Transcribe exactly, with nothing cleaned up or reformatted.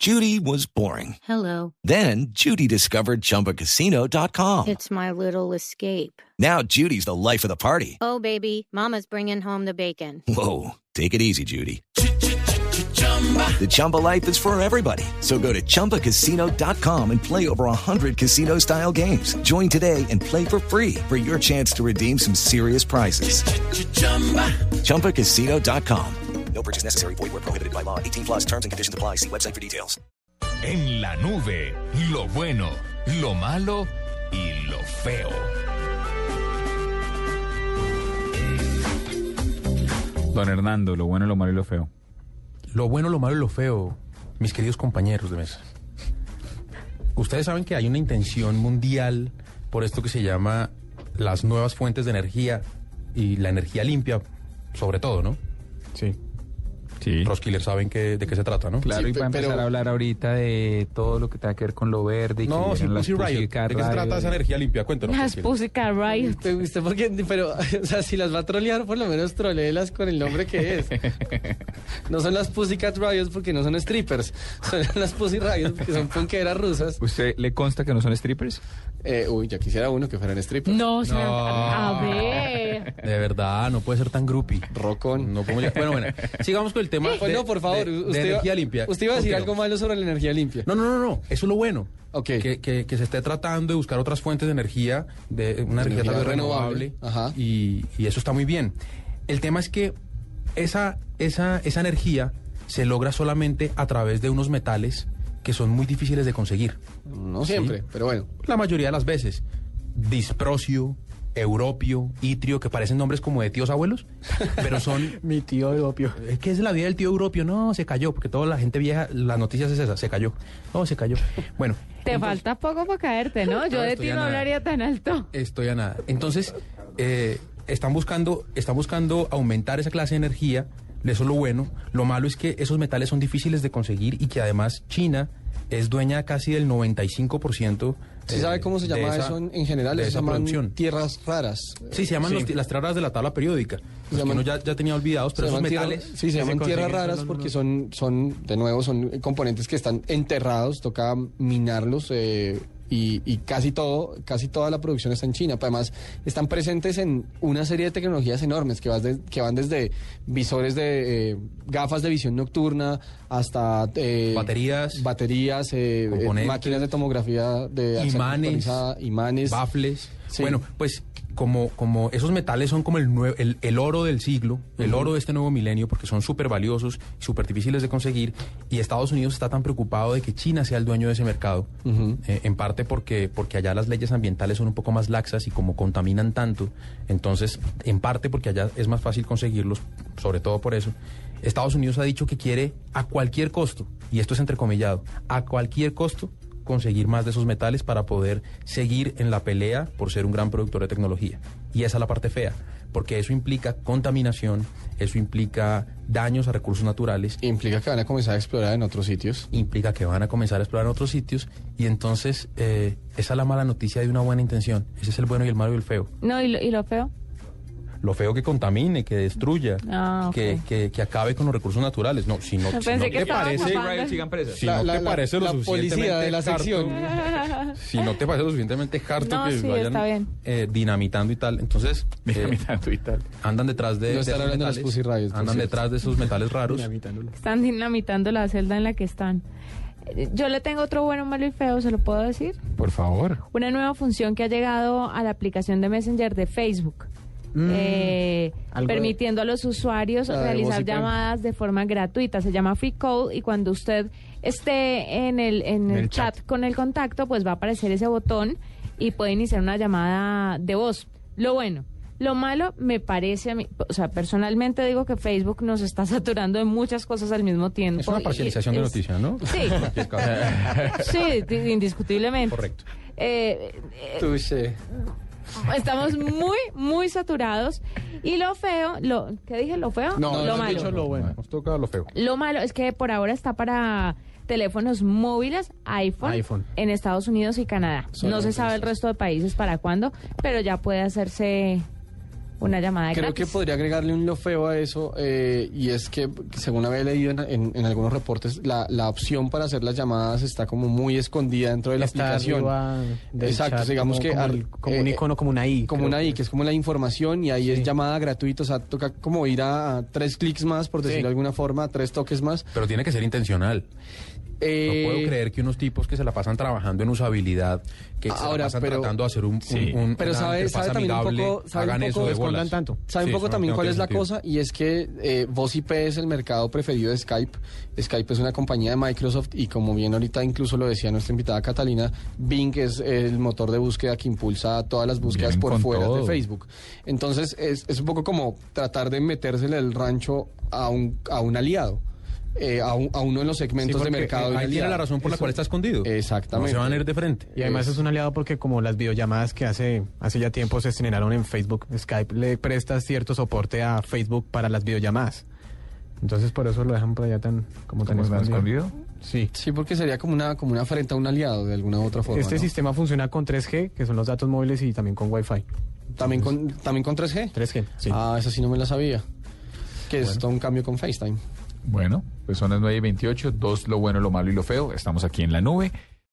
Judy was boring. Hello. Then Judy discovered Chumba Casino dot com. It's my little escape. Now Judy's the life of the party. Oh, baby, mama's bringing home the bacon. Whoa, take it easy, Judy. The Chumba life is for everybody. So go to Chumba Casino dot com and play over one hundred casino-style games. Join today and play for free for your chance to redeem some serious prizes. Chumba Casino dot com. No purchase necessary. Void where prohibited by law. eighteen plus terms and conditions apply. See website for details. En la nube, lo bueno, lo malo y lo feo. Don Hernando, lo bueno, lo malo y lo feo. Lo bueno, lo malo y lo feo, mis queridos compañeros de mesa. Ustedes saben que hay una intención mundial por esto que se llama las nuevas fuentes de energía y la energía limpia, sobre todo, ¿no? Sí. Sí. Roskiller saben que, de qué se trata, ¿no? Claro, Sí, y para pero... empezar a hablar ahorita de todo lo que tenga que ver con lo verde. Y no, que sí, las Pussy Riot. Pussycat ¿De qué se trata esa energía limpia? Cuéntanos. Las Pussycat Riot. ¿Usted, usted por qué? Pero, o sea, si las va a trolear, por lo menos troléelas con el nombre que es. No son las Pussycat Riot porque no son strippers. Son las Pussy Riot porque son punqueras rusas. ¿Usted le consta que no son strippers? Eh, uy, ya quisiera uno que fueran strippers. No, o sea, No. a ver. De verdad, no puede ser tan groupie. Rocón. No podemos- Bueno, bueno, sigamos con el tema. Pues de, no, por favor. de- de usted, energía iba, limpia. usted iba a decir Ok. algo malo sobre la energía limpia. No, no, no, no. Eso es lo bueno. Ok. Que, que, que se esté tratando de buscar otras fuentes de energía, de una energía, Energía tal vez renovable. renovable. Ajá. Y, y eso está muy bien. El tema es que esa, esa, esa energía se logra solamente a través de unos metales que son muy difíciles de conseguir. No siempre, Sí. pero bueno. La mayoría de las veces. Disprosio, europio, itrio, que parecen nombres como de tíos abuelos, pero son... Mi tío Europio. Es que es la vida del tío Europio. No, se cayó, porque toda la gente vieja, las noticias es esa, se cayó. No, se cayó. Bueno. Te entonces, falta poco para caerte, ¿no? Yo No, de estoy ti a no nada. hablaría tan alto. Estoy a nada. Entonces, eh, están buscando, están buscando aumentar esa clase de energía. Eso es lo bueno. Lo malo es que esos metales son difíciles de conseguir y que además China es dueña casi del noventa y cinco por ciento. ¿Sí sabe cómo se llama eso en, en general? de Se esa llaman producción. tierras raras. Sí, se llaman Sí. los ti- las tierras raras de la tabla periódica. Los Se que llaman- uno ya, ya tenía olvidados, pero Se esos llaman tierra- metales... sí, se llaman que tierras consiguen raras son porque los- son, son, de nuevo, son componentes que están enterrados, toca minarlos eh, y, y casi todo, casi toda la producción está en China. Pero además, están presentes en una serie de tecnologías enormes que, vas de- que van desde visores de eh, gafas de visión nocturna hasta eh, Baterías, baterías, eh, eh, componentes, máquinas de tomografía de acción imanes, computarizada, imanes. bafles. Sí. Bueno, pues como, como esos metales son como el, nue- el, el oro del siglo, el oro de este nuevo milenio, porque son súper valiosos y súper difíciles de conseguir, y Estados Unidos está tan preocupado de que China sea el dueño de ese mercado, Ujú. eh, en parte porque, porque allá las leyes ambientales son un poco más laxas y como contaminan tanto, entonces, en parte porque allá es más fácil conseguirlos, sobre todo por eso. Estados Unidos ha dicho que quiere a cualquier costo, y esto es entrecomillado, a cualquier costo conseguir más de esos metales para poder seguir en la pelea por ser un gran productor de tecnología. Y esa es la parte fea, porque eso implica contaminación, eso implica daños a recursos naturales, Implica que van a comenzar a explorar en otros sitios. implica que van a comenzar a explorar en otros sitios, y entonces eh, esa es la mala noticia de una buena intención. Ese es el bueno y el malo y el feo. No, ¿y lo, y lo feo? Lo feo que contamine, que destruya, Ah, ok. que, que, que acabe con los recursos naturales. No, si no, Yo si pensé no que te estaba parece... jugando. Riot sigan presas. Si La- no la- te la- parece lo la suficientemente policía de la harto, sección. si no te parece lo suficientemente harto No, que sí, vayan está bien. eh, dinamitando y tal, entonces eh, Dinamitando y tal. andan detrás de, No de están esos hablando de las metales, Pussy Riot, por andan cierto. detrás de esos metales raros. Están dinamitando la celda en la que están. Eh, Yo le tengo otro bueno, malo y feo, ¿se lo puedo decir? Por favor. Una nueva función que ha llegado a la aplicación de Messenger de Facebook. eh, algo de- permitiendo a los usuarios La de voz realizar y pen. llamadas de forma gratuita. Se llama Free Call y cuando usted esté en el, en el, el chat, chat. con el contacto, pues va a aparecer ese botón y puede iniciar una llamada de voz. Lo bueno. Lo malo me parece a mí, o sea, personalmente digo que Facebook nos está saturando de muchas cosas al mismo tiempo. Es una y- parcialización de es- noticias, ¿no? Sí, En cualquier caso. sí, di- indiscutiblemente. Correcto. Eh, eh, Touché. estamos muy, muy saturados. Y lo feo, lo ¿qué dije? ¿Lo feo? No, lo no has malo. dicho lo bueno. Nos toca lo feo. Lo malo es que por ahora está para teléfonos móviles, iPhone, iPhone. en Estados Unidos y Canadá. Solo no se sabe el entonces. resto de países para cuándo, pero ya puede hacerse una llamada Creo gratis. que podría agregarle un lo feo a eso, eh, y es que, según había leído en, en- en algunos reportes, la, la opción para hacer las llamadas está como muy escondida dentro de la Está aplicación. arriba del Exacto, chat, digamos como- que... como, ar- el- como un eh, icono, como una I. Como creo una I, que que es como la información, y ahí es Sí. llamada gratuita, o sea, toca como ir a, a tres clics más, por decirlo Sí. de alguna forma, a tres toques más. Pero tiene que ser intencional. Eh, No puedo creer que unos tipos que se la pasan trabajando en usabilidad, que se Ahora, la pasan pero- tratando de hacer un, un- Sí. un- Pero una sabe- interfaz sabe también un amigable, poco- sabe un hagan poco- eso de escondan bolas. tanto. ¿Sabe Sí, un poco eso no- también no cuál tiene es la sentido. cosa? Y es que eh, Voz I P es el mercado preferido de Skype. Skype es una compañía de Microsoft y, como bien ahorita incluso lo decía nuestra invitada Catalina, Bing es el motor de búsqueda que impulsa todas las búsquedas Vienen por con fuera de todo. Facebook. Entonces es, es un poco como tratar de metérsele el rancho a un, a un aliado. eh, a, un- a uno de los segmentos Sí, de porque, mercado. eh, de un Ahí tiene la aliado. razón por la Eso- cual está escondido. Exactamente. No se van a ir de frente. Y además Es- es un aliado porque como las videollamadas que hace hace ya tiempo se estrenaron en Facebook, Skype le presta cierto soporte a Facebook para las videollamadas. Entonces por eso lo dejan por allá tan como tan ¿Cómo está escondido. escondido? Sí. Sí, porque sería como una, como una afrenta a un aliado de alguna u otra forma. Este ¿no? sistema funciona con tres G, que son los datos móviles, y también con Wi-Fi. ¿También con, ¿También con tres G? tres G, sí. Ah, esa sí no me la sabía. Que es todo un cambio con FaceTime. Bueno, pues son las nueve y veintiocho, dos lo bueno, lo malo y lo feo. Estamos aquí en la nube.